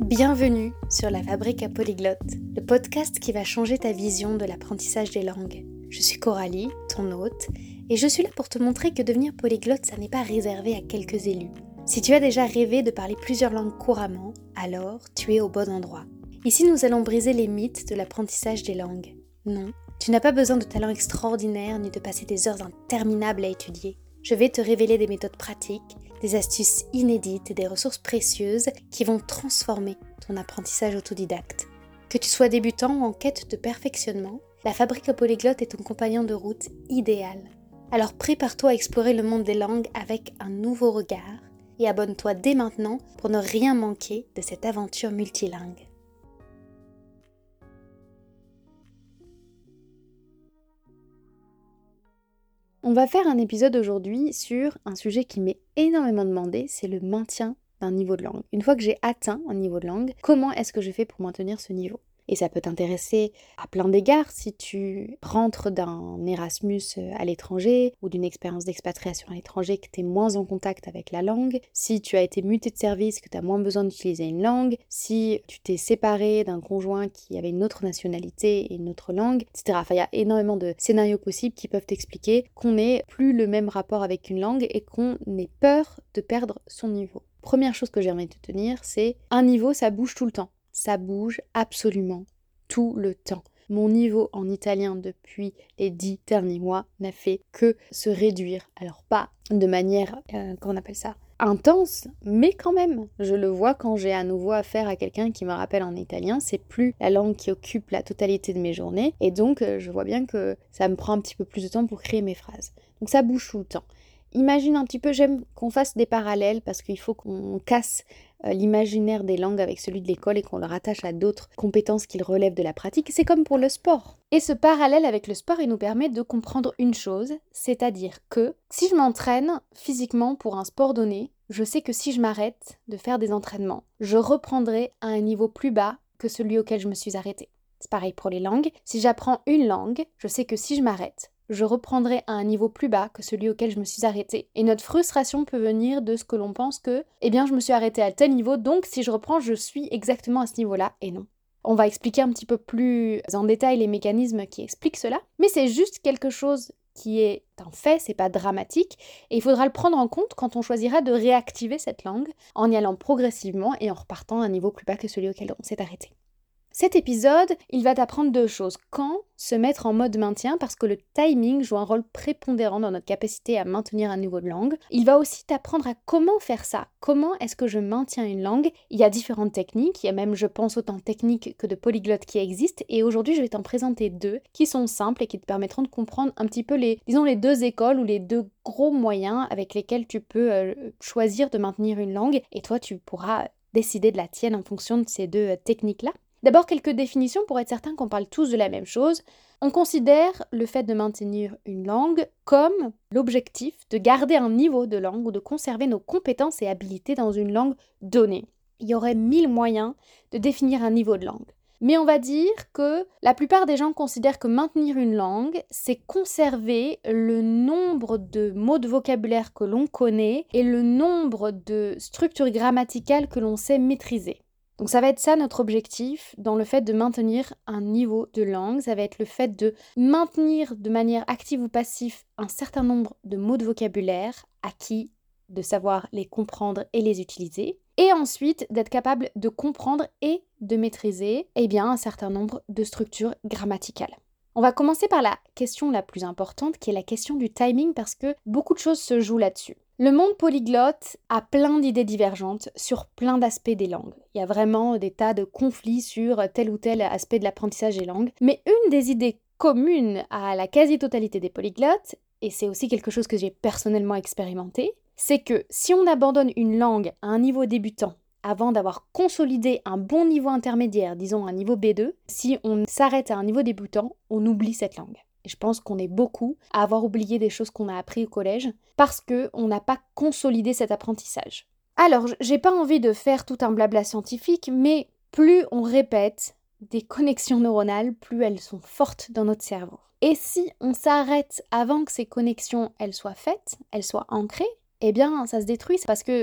Bienvenue sur La Fabrique à Polyglotte, le podcast qui va changer ta vision de l'apprentissage des langues. Je suis Coralie, ton hôte, et je suis là pour te montrer que devenir polyglotte, ça n'est pas réservé à quelques élus. Si tu as déjà rêvé de parler plusieurs langues couramment, alors tu es au bon endroit. Ici, nous allons briser les mythes de l'apprentissage des langues. Non, tu n'as pas besoin de talent extraordinaire ni de passer des heures interminables à étudier. Je vais te révéler des méthodes pratiques, des astuces inédites et des ressources précieuses qui vont transformer ton apprentissage autodidacte. Que tu sois débutant ou en quête de perfectionnement, la Fabrique à Polyglotte est ton compagnon de route idéal. Alors prépare-toi à explorer le monde des langues avec un nouveau regard et abonne-toi dès maintenant pour ne rien manquer de cette aventure multilingue. On va faire un épisode aujourd'hui sur un sujet qui m'est énormément demandé, c'est le maintien d'un niveau de langue. Une fois que j'ai atteint un niveau de langue, comment est-ce que je fais pour maintenir ce niveau ? Et ça peut t'intéresser à plein d'égards si tu rentres d'un Erasmus à l'étranger ou d'une expérience d'expatriation à l'étranger, que tu es moins en contact avec la langue, si tu as été muté de service, que tu as moins besoin d'utiliser une langue, si tu t'es séparé d'un conjoint qui avait une autre nationalité et une autre langue, etc. Enfin, il y a énormément de scénarios possibles qui peuvent t'expliquer qu'on n'ait plus le même rapport avec une langue et qu'on ait peur de perdre son niveau. Première chose que j'ai envie de te tenir, c'est un niveau, ça bouge tout le temps. Ça bouge absolument tout le temps. Mon niveau en italien depuis les 10 derniers mois n'a fait que se réduire. Alors pas de manière, comment on appelle ça, intense, mais quand même. Je le vois quand j'ai à nouveau affaire à quelqu'un qui me rappelle en italien. C'est plus la langue qui occupe la totalité de mes journées. Et donc, je vois bien que ça me prend un petit peu plus de temps pour créer mes phrases. Donc ça bouge tout le temps. Imagine un petit peu, j'aime qu'on fasse des parallèles parce qu'il faut qu'on casse l'imaginaire des langues avec celui de l'école et qu'on le rattache à d'autres compétences qui relèvent de la pratique. C'est comme pour le sport. Et ce parallèle avec le sport, il nous permet de comprendre une chose, c'est-à-dire que si je m'entraîne physiquement pour un sport donné, je sais que si je m'arrête de faire des entraînements, je reprendrai à un niveau plus bas que celui auquel je me suis arrêtée. C'est pareil pour les langues. Si j'apprends une langue, je sais que si je m'arrête, je reprendrai à un niveau plus bas que celui auquel je me suis arrêtée. Et notre frustration peut venir de ce que l'on pense que, je me suis arrêtée à tel niveau, donc si je reprends, je suis exactement à ce niveau-là, et non. On va expliquer un petit peu plus en détail les mécanismes qui expliquent cela, mais c'est juste quelque chose qui est un fait, c'est pas dramatique, et il faudra le prendre en compte quand on choisira de réactiver cette langue, en y allant progressivement et en repartant à un niveau plus bas que celui auquel on s'est arrêté. Cet épisode, il va t'apprendre deux choses. Quand se mettre en mode maintien, parce que le timing joue un rôle prépondérant dans notre capacité à maintenir un niveau de langue. Il va aussi t'apprendre à comment faire ça. Comment est-ce que je maintiens une langue ? Il y a différentes techniques, il y a même, je pense, autant de techniques que de polyglottes qui existent. Et aujourd'hui, je vais t'en présenter deux qui sont simples et qui te permettront de comprendre un petit peu les deux écoles ou les deux gros moyens avec lesquels tu peux choisir de maintenir une langue. Et toi, tu pourras décider de la tienne en fonction de ces deux techniques-là. D'abord, quelques définitions pour être certain qu'on parle tous de la même chose. On considère le fait de maintenir une langue comme l'objectif de garder un niveau de langue ou de conserver nos compétences et habilités dans une langue donnée. Il y aurait 1000 moyens de définir un niveau de langue. Mais on va dire que la plupart des gens considèrent que maintenir une langue, c'est conserver le nombre de mots de vocabulaire que l'on connaît et le nombre de structures grammaticales que l'on sait maîtriser. Donc ça va être ça notre objectif dans le fait de maintenir un niveau de langue, ça va être le fait de maintenir de manière active ou passive un certain nombre de mots de vocabulaire acquis, de savoir les comprendre et les utiliser, et ensuite d'être capable de comprendre et de maîtriser un certain nombre de structures grammaticales. On va commencer par la question la plus importante qui est la question du timing parce que beaucoup de choses se jouent là-dessus. Le monde polyglotte a plein d'idées divergentes sur plein d'aspects des langues. Il y a vraiment des tas de conflits sur tel ou tel aspect de l'apprentissage des langues. Mais une des idées communes à la quasi-totalité des polyglottes, et c'est aussi quelque chose que j'ai personnellement expérimenté, c'est que si on abandonne une langue à un niveau débutant avant d'avoir consolidé un bon niveau intermédiaire, disons un niveau B2, si on s'arrête à un niveau débutant, on oublie cette langue. Et je pense qu'on est beaucoup à avoir oublié des choses qu'on a appris au collège parce qu'on n'a pas consolidé cet apprentissage. Alors, j'ai pas envie de faire tout un blabla scientifique, mais plus on répète des connexions neuronales, plus elles sont fortes dans notre cerveau. Et si on s'arrête avant que ces connexions elles soient faites, elles soient ancrées, ça se détruit parce que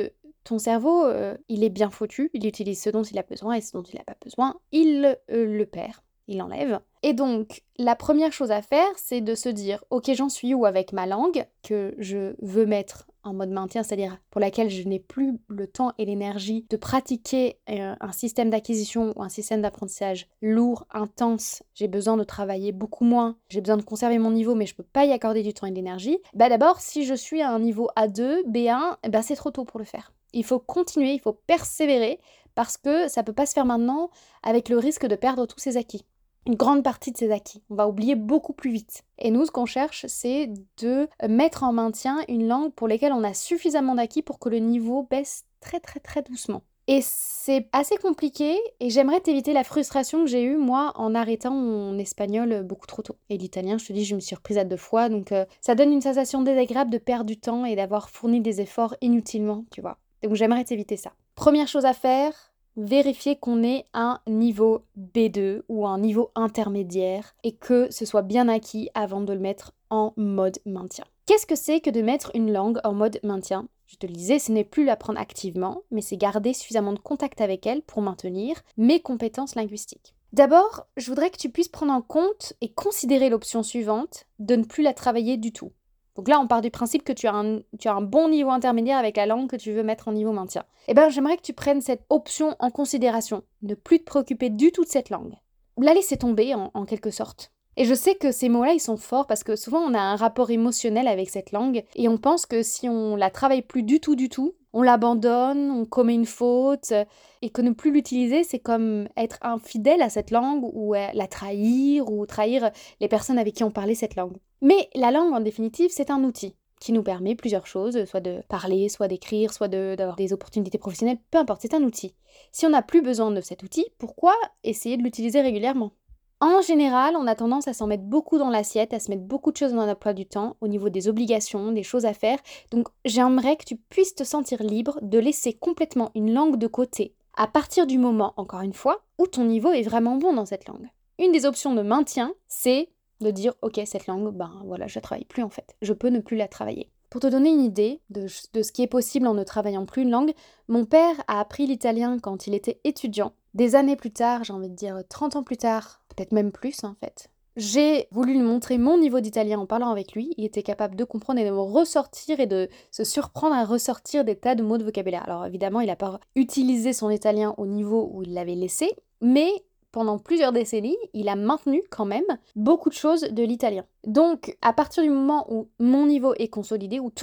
ton cerveau, il est bien foutu, il utilise ce dont il a besoin et ce dont il n'a pas besoin, il le perd, il l'enlève. Et donc, la première chose à faire, c'est de se dire, ok, j'en suis où avec ma langue que je veux mettre en mode maintien, c'est-à-dire pour laquelle je n'ai plus le temps et l'énergie de pratiquer un système d'acquisition ou un système d'apprentissage lourd, intense, j'ai besoin de travailler beaucoup moins, j'ai besoin de conserver mon niveau mais je peux pas y accorder du temps et de l'énergie. D'abord, si je suis à un niveau A2, B1, c'est trop tôt pour le faire. Il faut continuer, il faut persévérer parce que ça peut pas se faire maintenant avec le risque de perdre tous ses acquis. Une grande partie de ses acquis. On va oublier beaucoup plus vite. Et nous, ce qu'on cherche, c'est de mettre en maintien une langue pour laquelle on a suffisamment d'acquis pour que le niveau baisse très très très doucement. Et c'est assez compliqué et j'aimerais t'éviter la frustration que j'ai eue moi en arrêtant mon espagnol beaucoup trop tôt. Et l'italien, je te dis, je me suis reprise à 2 fois, donc ça donne une sensation désagréable de perdre du temps et d'avoir fourni des efforts inutilement, tu vois. Donc j'aimerais t'éviter ça. Première chose à faire, vérifier qu'on ait un niveau B2 ou un niveau intermédiaire et que ce soit bien acquis avant de le mettre en mode maintien. Qu'est-ce que c'est que de mettre une langue en mode maintien ? Je te le disais, ce n'est plus l'apprendre activement, mais c'est garder suffisamment de contact avec elle pour maintenir mes compétences linguistiques. D'abord, je voudrais que tu puisses prendre en compte et considérer l'option suivante de ne plus la travailler du tout. Donc là, on part du principe que tu as un bon niveau intermédiaire avec la langue que tu veux mettre en niveau maintien. J'aimerais que tu prennes cette option en considération. Ne plus te préoccuper du tout de cette langue. La laisser tomber en quelque sorte. Et je sais que ces mots-là, ils sont forts parce que souvent on a un rapport émotionnel avec cette langue et on pense que si on la travaille plus du tout, on l'abandonne, on commet une faute et que ne plus l'utiliser, c'est comme être infidèle à cette langue ou la trahir ou trahir les personnes avec qui on parlait cette langue. Mais la langue, en définitive, c'est un outil qui nous permet plusieurs choses, soit de parler, soit d'écrire, soit d'avoir des opportunités professionnelles, peu importe, c'est un outil. Si on n'a plus besoin de cet outil, pourquoi essayer de l'utiliser régulièrement ? En général, on a tendance à s'en mettre beaucoup dans l'assiette, à se mettre beaucoup de choses dans notre emploi du temps, au niveau des obligations, des choses à faire. Donc j'aimerais que tu puisses te sentir libre de laisser complètement une langue de côté, à partir du moment, encore une fois, où ton niveau est vraiment bon dans cette langue. Une des options de maintien, c'est de dire, ok, cette langue, je la travaille plus en fait. Je peux ne plus la travailler. Pour te donner une idée de ce qui est possible en ne travaillant plus une langue, mon père a appris l'italien quand il était étudiant. Des années plus tard, j'ai envie de dire 30 ans plus tard, peut-être même plus en fait. J'ai voulu lui montrer mon niveau d'italien en parlant avec lui. Il était capable de comprendre et de me ressortir et de se surprendre à ressortir des tas de mots de vocabulaire. Alors évidemment, il n'a pas utilisé son italien au niveau où il l'avait laissé, mais pendant plusieurs décennies, il a maintenu quand même beaucoup de choses de l'italien. Donc, à partir du moment où mon niveau est consolidé, où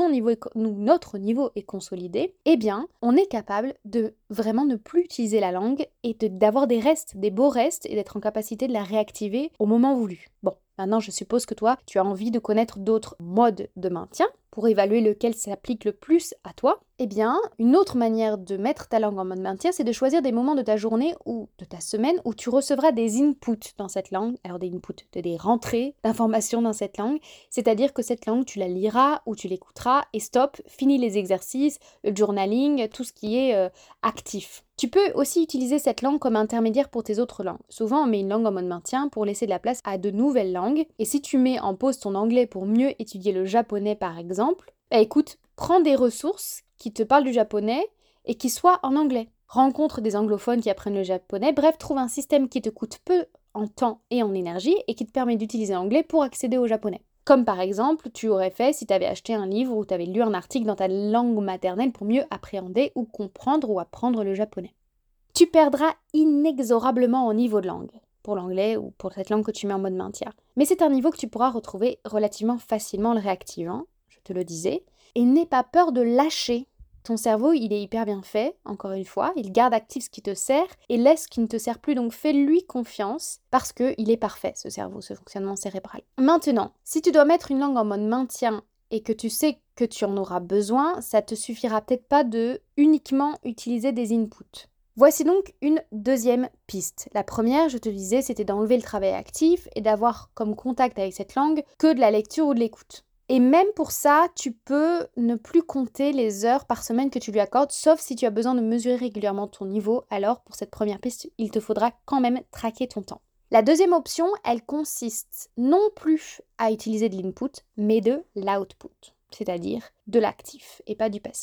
notre niveau est consolidé, on est capable de vraiment ne plus utiliser la langue et d'avoir des restes, des beaux restes, et d'être en capacité de la réactiver au moment voulu. Bon, maintenant, je suppose que toi, tu as envie de connaître d'autres modes de maintien pour évaluer lequel s'applique le plus à toi. Une autre manière de mettre ta langue en mode maintien, c'est de choisir des moments de ta journée ou de ta semaine où tu recevras des inputs dans cette langue. Alors des inputs, des rentrées d'informations dans cette langue. C'est-à-dire que cette langue, tu la liras ou tu l'écouteras et stop, fini les exercices, le journaling, tout ce qui est actif. Tu peux aussi utiliser cette langue comme intermédiaire pour tes autres langues. Souvent, on met une langue en mode maintien pour laisser de la place à de nouvelles langues. Et si tu mets en pause ton anglais pour mieux étudier le japonais, par exemple, écoute, prends des ressources qui te parlent du japonais et qui soient en anglais. Rencontre des anglophones qui apprennent le japonais. Bref, trouve un système qui te coûte peu en temps et en énergie et qui te permet d'utiliser l'anglais pour accéder au japonais. Comme par exemple, tu aurais fait si tu avais acheté un livre ou tu avais lu un article dans ta langue maternelle pour mieux appréhender ou comprendre ou apprendre le japonais. Tu perdras inexorablement en niveau de langue, pour l'anglais ou pour cette langue que tu mets en mode maintien. Mais c'est un niveau que tu pourras retrouver relativement facilement en le réactivant, je te le disais. Et n'aie pas peur de lâcher. Ton cerveau, il est hyper bien fait, encore une fois, il garde actif ce qui te sert et laisse ce qui ne te sert plus, donc fais-lui confiance parce qu'il est parfait, ce cerveau, ce fonctionnement cérébral. Maintenant, si tu dois mettre une langue en mode maintien et que tu sais que tu en auras besoin, ça te suffira peut-être pas de uniquement utiliser des inputs. Voici donc une deuxième piste. La première, je te disais, c'était d'enlever le travail actif et d'avoir comme contact avec cette langue que de la lecture ou de l'écoute. Et même pour ça, tu peux ne plus compter les heures par semaine que tu lui accordes, sauf si tu as besoin de mesurer régulièrement ton niveau. Alors, pour cette première piste, il te faudra quand même traquer ton temps. La deuxième option, elle consiste non plus à utiliser de l'input, mais de l'output, c'est-à-dire de l'actif et pas du passif.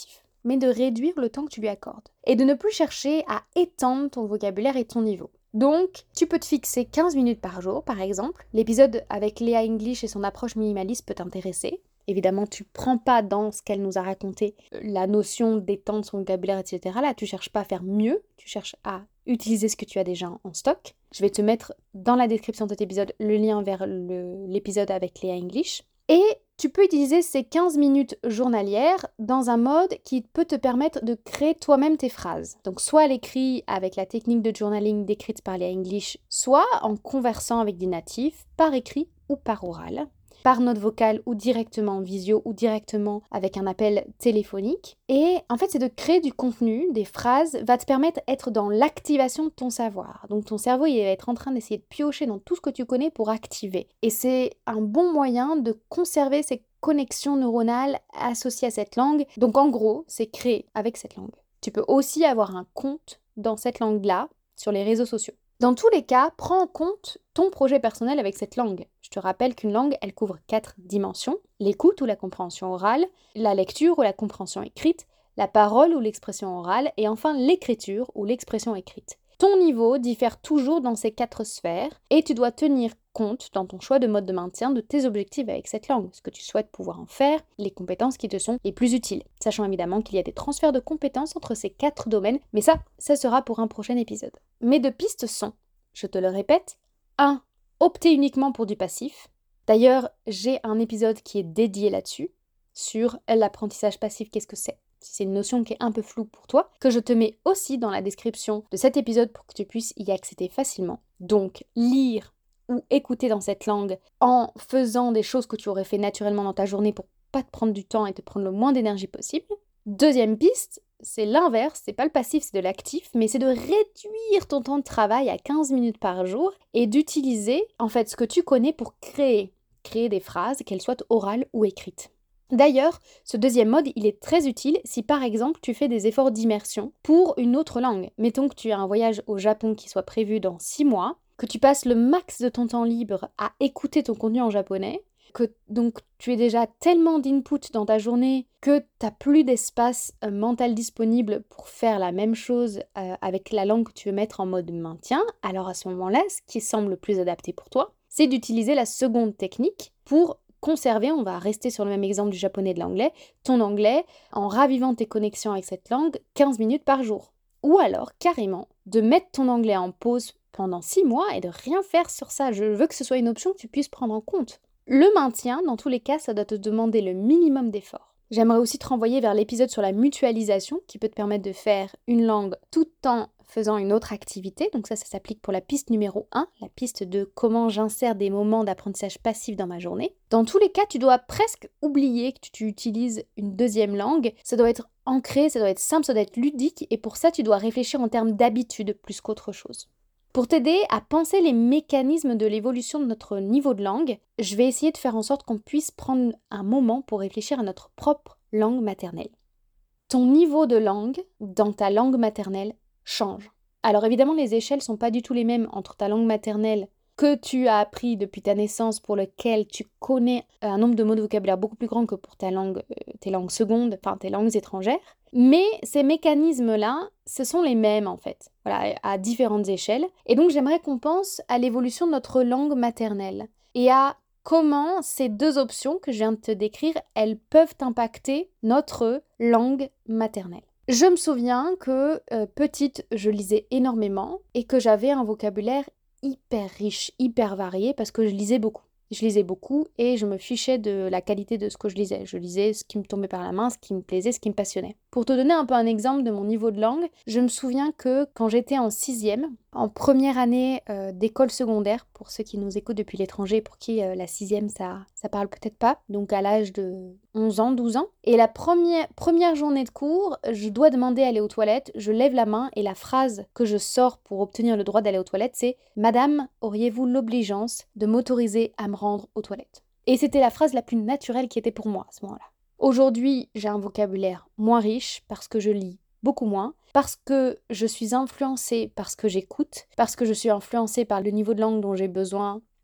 mais de réduire le temps que tu lui accordes. Et de ne plus chercher à étendre ton vocabulaire et ton niveau. Donc, tu peux te fixer 15 minutes par jour, par exemple. L'épisode avec Léa English et son approche minimaliste peut t'intéresser. Évidemment, tu prends pas dans ce qu'elle nous a raconté la notion d'étendre son vocabulaire, etc. Là, tu cherches pas à faire mieux, tu cherches à utiliser ce que tu as déjà en stock. Je vais te mettre dans la description de cet épisode le lien vers l'épisode avec Léa English. Et tu peux utiliser ces 15 minutes journalières dans un mode qui peut te permettre de créer toi-même tes phrases. Donc soit à l'écrit avec la technique de journaling décrite par Léa English, soit en conversant avec des natifs, par écrit ou par oral, par note vocale ou directement en visio ou directement avec un appel téléphonique. Et en fait, c'est de créer du contenu, des phrases, va te permettre d'être dans l'activation de ton savoir. Donc ton cerveau, il va être en train d'essayer de piocher dans tout ce que tu connais pour activer. Et c'est un bon moyen de conserver ces connexions neuronales associées à cette langue. Donc en gros, c'est créer avec cette langue. Tu peux aussi avoir un compte dans cette langue-là sur les réseaux sociaux. Dans tous les cas, prends en compte ton projet personnel avec cette langue. Je te rappelle qu'une langue, elle couvre 4 dimensions: l'écoute ou la compréhension orale, la lecture ou la compréhension écrite, la parole ou l'expression orale, et enfin l'écriture ou l'expression écrite. Ton niveau diffère toujours dans ces 4 sphères et tu dois tenir compte dans ton choix de mode de maintien de tes objectifs avec cette langue, ce que tu souhaites pouvoir en faire, les compétences qui te sont les plus utiles. Sachant évidemment qu'il y a des transferts de compétences entre ces 4 domaines, mais ça sera pour un prochain épisode. Mes 2 pistes sont, je te le répète, 1. Opter uniquement pour du passif. D'ailleurs, j'ai un épisode qui est dédié là-dessus, sur l'apprentissage passif, qu'est-ce que c'est ? Si c'est une notion qui est un peu floue pour toi, que je te mets aussi dans la description de cet épisode pour que tu puisses y accéder facilement. Donc, lire ou écouter dans cette langue en faisant des choses que tu aurais fait naturellement dans ta journée pour pas te prendre du temps et te prendre le moins d'énergie possible. Deuxième piste, c'est l'inverse, c'est pas le passif, c'est de l'actif, mais c'est de réduire ton temps de travail à 15 minutes par jour et d'utiliser en fait ce que tu connais pour créer des phrases, qu'elles soient orales ou écrites. D'ailleurs, ce deuxième mode, il est très utile si par exemple tu fais des efforts d'immersion pour une autre langue. Mettons que tu as un voyage au Japon qui soit prévu dans 6 mois, que tu passes le max de ton temps libre à écouter ton contenu en japonais, que donc tu es déjà tellement d'input dans ta journée que tu n'as plus d'espace mental disponible pour faire la même chose avec la langue que tu veux mettre en mode maintien, alors à ce moment-là, ce qui semble le plus adapté pour toi, c'est d'utiliser la seconde technique pour conserver, on va rester sur le même exemple du japonais et de l'anglais, ton anglais en ravivant tes connexions avec cette langue 15 minutes par jour. Ou alors, carrément, de mettre ton anglais en pause pendant 6 mois et de rien faire sur ça. Je veux que ce soit une option que tu puisses prendre en compte. Le maintien, dans tous les cas, ça doit te demander le minimum d'effort. J'aimerais aussi te renvoyer vers l'épisode sur la mutualisation qui peut te permettre de faire une langue tout en faisant une autre activité. Donc ça s'applique pour la piste numéro 1, la piste de comment j'insère des moments d'apprentissage passif dans ma journée. Dans tous les cas, tu dois presque oublier que tu utilises une deuxième langue. Ça doit être ancré, ça doit être simple, ça doit être ludique et pour ça, tu dois réfléchir en termes d'habitude plus qu'autre chose. Pour t'aider à penser les mécanismes de l'évolution de notre niveau de langue, je vais essayer de faire en sorte qu'on puisse prendre un moment pour réfléchir à notre propre langue maternelle. Ton niveau de langue dans ta langue maternelle change. Alors évidemment, les échelles ne sont pas du tout les mêmes entre ta langue maternelle que tu as appris depuis ta naissance, pour lequel tu connais un nombre de mots de vocabulaire beaucoup plus grand que pour tes langues secondes, enfin tes langues étrangères. Mais ces mécanismes-là, ce sont les mêmes en fait, voilà, à différentes échelles. Et donc j'aimerais qu'on pense à l'évolution de notre langue maternelle et à comment ces 2 options que je viens de te décrire, elles peuvent impacter notre langue maternelle. Je me souviens que petite, je lisais énormément et que j'avais un vocabulaire hyper riche, hyper varié parce que je lisais beaucoup. Je lisais beaucoup et je me fichais de la qualité de ce que je lisais. Je lisais ce qui me tombait par la main, ce qui me plaisait, ce qui me passionnait. Pour te donner un peu un exemple de mon niveau de langue, je me souviens que quand j'étais en 6e, en première année d'école secondaire, pour ceux qui nous écoutent depuis l'étranger, pour qui la 6e ça parle peut-être pas, donc à l'âge de 11 ans, 12 ans, et la première journée de cours, je dois demander à aller aux toilettes, je lève la main et la phrase que je sors pour obtenir le droit d'aller aux toilettes, c'est « Madame, auriez-vous l'obligeance de m'autoriser à me rendre aux toilettes ?» Et c'était la phrase la plus naturelle qui était pour moi à ce moment-là. Aujourd'hui, j'ai un vocabulaire moins riche parce que je lis beaucoup moins, parce que je suis influencée par ce que j'écoute, parce que je suis influencée par le niveau de langue dont j'ai besoin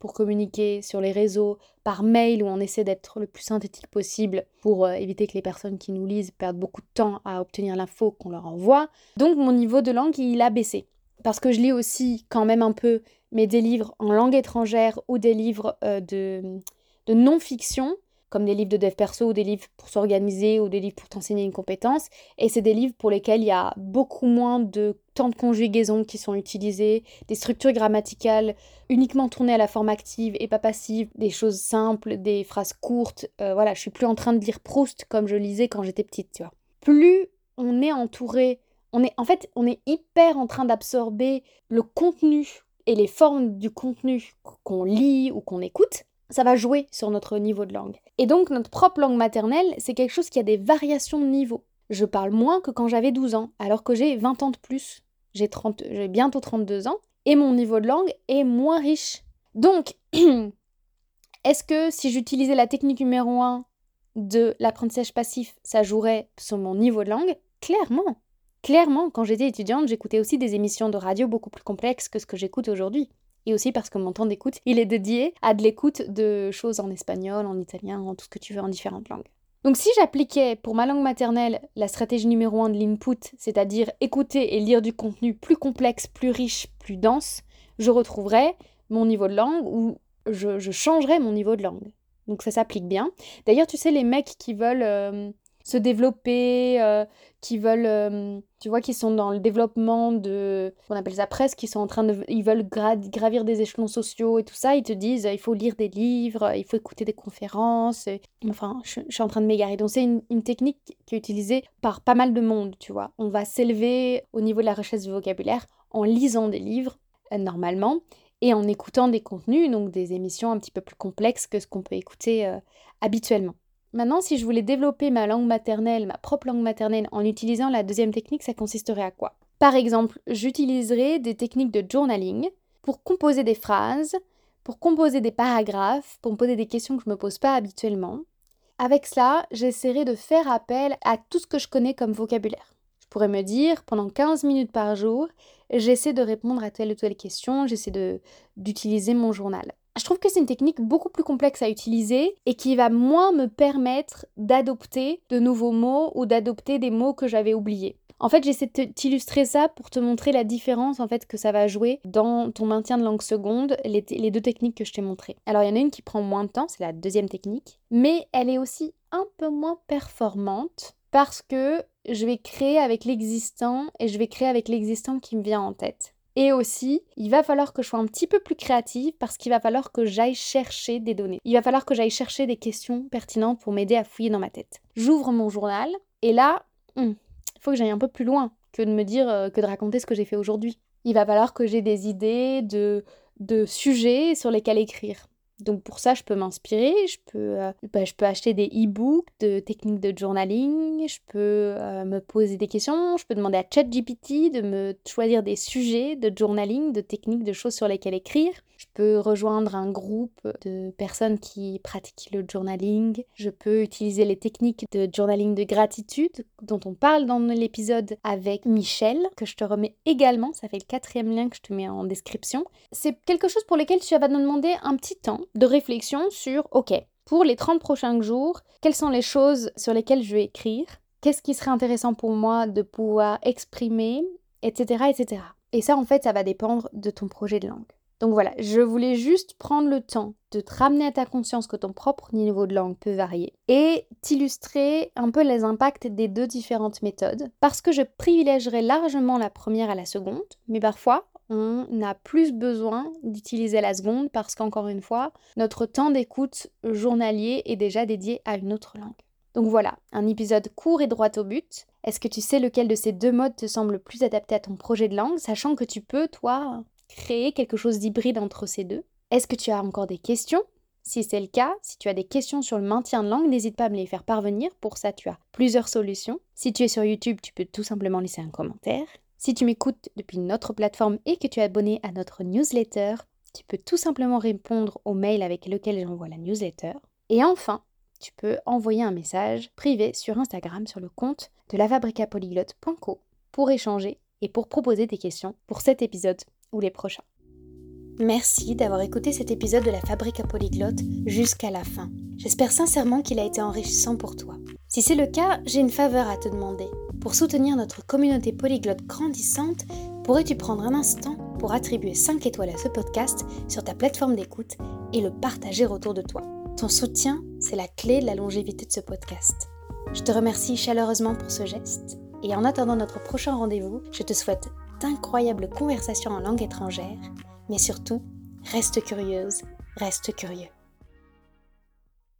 pour communiquer sur les réseaux, par mail où on essaie d'être le plus synthétique possible pour éviter que les personnes qui nous lisent perdent beaucoup de temps à obtenir l'info qu'on leur envoie. Donc mon niveau de langue, il a baissé. Parce que je lis aussi quand même un peu, mais des livres en langue étrangère ou des livres de non-fiction, comme des livres de dev perso ou des livres pour s'organiser ou des livres pour t'enseigner une compétence. Et c'est des livres pour lesquels il y a beaucoup moins de temps de conjugaison qui sont utilisés, des structures grammaticales uniquement tournées à la forme active et pas passive, des choses simples, des phrases courtes. Voilà, je suis plus en train de lire Proust comme je lisais quand j'étais petite, tu vois. Plus on est entouré, on est hyper en train d'absorber le contenu et les formes du contenu qu'on lit ou qu'on écoute, ça va jouer sur notre niveau de langue. Et donc, notre propre langue maternelle, c'est quelque chose qui a des variations de niveau. Je parle moins que quand j'avais 12 ans, alors que j'ai 20 ans de plus. J'ai bientôt 32 ans, et mon niveau de langue est moins riche. Donc, est-ce que si j'utilisais la technique numéro 1 de l'apprentissage passif, ça jouerait sur mon niveau de langue? Clairement. Clairement, quand j'étais étudiante, j'écoutais aussi des émissions de radio beaucoup plus complexes que ce que j'écoute aujourd'hui. Et aussi parce que mon temps d'écoute, il est dédié à de l'écoute de choses en espagnol, en italien, en tout ce que tu veux, en différentes langues. Donc si j'appliquais pour ma langue maternelle la stratégie numéro 1 de l'input, c'est-à-dire écouter et lire du contenu plus complexe, plus riche, plus dense, je retrouverais mon niveau de langue ou je changerais mon niveau de langue. Donc ça s'applique bien. D'ailleurs, tu sais, les mecs qui veulent se développer, qui veulent, tu vois, qui sont dans le développement de, on appelle ça presque, ils veulent gravir des échelons sociaux et tout ça, ils te disent, il faut lire des livres, il faut écouter des conférences, enfin, je suis en train de m'égarer. Donc c'est une technique qui est utilisée par pas mal de monde, tu vois. On va s'élever au niveau de la richesse du vocabulaire en lisant des livres, normalement, et en écoutant des contenus, donc des émissions un petit peu plus complexes que ce qu'on peut écouter habituellement. Maintenant, si je voulais développer ma langue maternelle, ma propre langue maternelle, en utilisant la deuxième technique, ça consisterait à quoi? Par exemple, j'utiliserai des techniques de journaling pour composer des phrases, pour composer des paragraphes, pour me poser des questions que je ne me pose pas habituellement. Avec cela, j'essaierai de faire appel à tout ce que je connais comme vocabulaire. Je pourrais me dire, pendant 15 minutes par jour, j'essaie de répondre à telle ou telle question, j'essaie d'utiliser mon journal. Je trouve que c'est une technique beaucoup plus complexe à utiliser et qui va moins me permettre d'adopter de nouveaux mots ou d'adopter des mots que j'avais oubliés. En fait, j'essaie de t'illustrer ça pour te montrer la différence en fait que ça va jouer dans ton maintien de langue seconde, les deux techniques que je t'ai montrées. Alors, il y en a une qui prend moins de temps, c'est la deuxième technique, mais elle est aussi un peu moins performante parce que je vais créer avec l'existant et je vais créer avec l'existant qui me vient en tête. Et aussi, il va falloir que je sois un petit peu plus créative parce qu'il va falloir que j'aille chercher des données. Il va falloir que j'aille chercher des questions pertinentes pour m'aider à fouiller dans ma tête. J'ouvre mon journal et là, il faut que j'aille un peu plus loin que de me dire, que de raconter ce que j'ai fait aujourd'hui. Il va falloir que j'ai des idées de sujets sur lesquels écrire. Donc pour ça, je peux m'inspirer, je peux acheter des e-books de techniques de journaling, je peux me poser des questions, je peux demander à ChatGPT de me choisir des sujets de journaling, de techniques, de choses sur lesquelles écrire. Je peux rejoindre un groupe de personnes qui pratiquent le journaling. Je peux utiliser les techniques de journaling de gratitude dont on parle dans l'épisode avec Michel, que je te remets également. Ça fait le 4e lien que je te mets en description. C'est quelque chose pour lequel tu vas te demander un petit temps de réflexion sur, ok, pour les 30 prochains jours, quelles sont les choses sur lesquelles je vais écrire? Qu'est-ce qui serait intéressant pour moi de pouvoir exprimer, etc., etc. Et ça, en fait, ça va dépendre de ton projet de langue. Donc voilà, je voulais juste prendre le temps de te ramener à ta conscience que ton propre niveau de langue peut varier et t'illustrer un peu les impacts des deux différentes méthodes parce que je privilégierais largement la première à la seconde, mais parfois on a plus besoin d'utiliser la seconde parce qu'encore une fois, notre temps d'écoute journalier est déjà dédié à une autre langue. Donc voilà, un épisode court et droit au but. Est-ce que tu sais lequel de ces deux modes te semble le plus adapté à ton projet de langue, sachant que tu peux, toi, créer quelque chose d'hybride entre ces deux? Est-ce que tu as encore des questions? Si c'est le cas, si tu as des questions sur le maintien de langue, n'hésite pas à me les faire parvenir. Pour ça, tu as plusieurs solutions. Si tu es sur YouTube, tu peux tout simplement laisser un commentaire. Si tu m'écoutes depuis une autre plateforme et que tu es abonné à notre newsletter, tu peux tout simplement répondre au mail avec lequel j'envoie la newsletter. Et enfin, tu peux envoyer un message privé sur Instagram sur le compte de lafabricapolyglotte.co pour échanger et pour proposer des questions pour cet épisode ou les prochains. Merci d'avoir écouté cet épisode de la Fabrique à Polyglotte jusqu'à la fin. J'espère sincèrement qu'il a été enrichissant pour toi. Si c'est le cas, j'ai une faveur à te demander. Pour soutenir notre communauté polyglotte grandissante, pourrais-tu prendre un instant pour attribuer 5 étoiles à ce podcast sur ta plateforme d'écoute et le partager autour de toi? Ton soutien, c'est la clé de la longévité de ce podcast. Je te remercie chaleureusement pour ce geste. Et en attendant notre prochain rendez-vous, je te souhaite d'incroyables conversations en langue étrangère. Mais surtout, reste curieuse, reste curieux.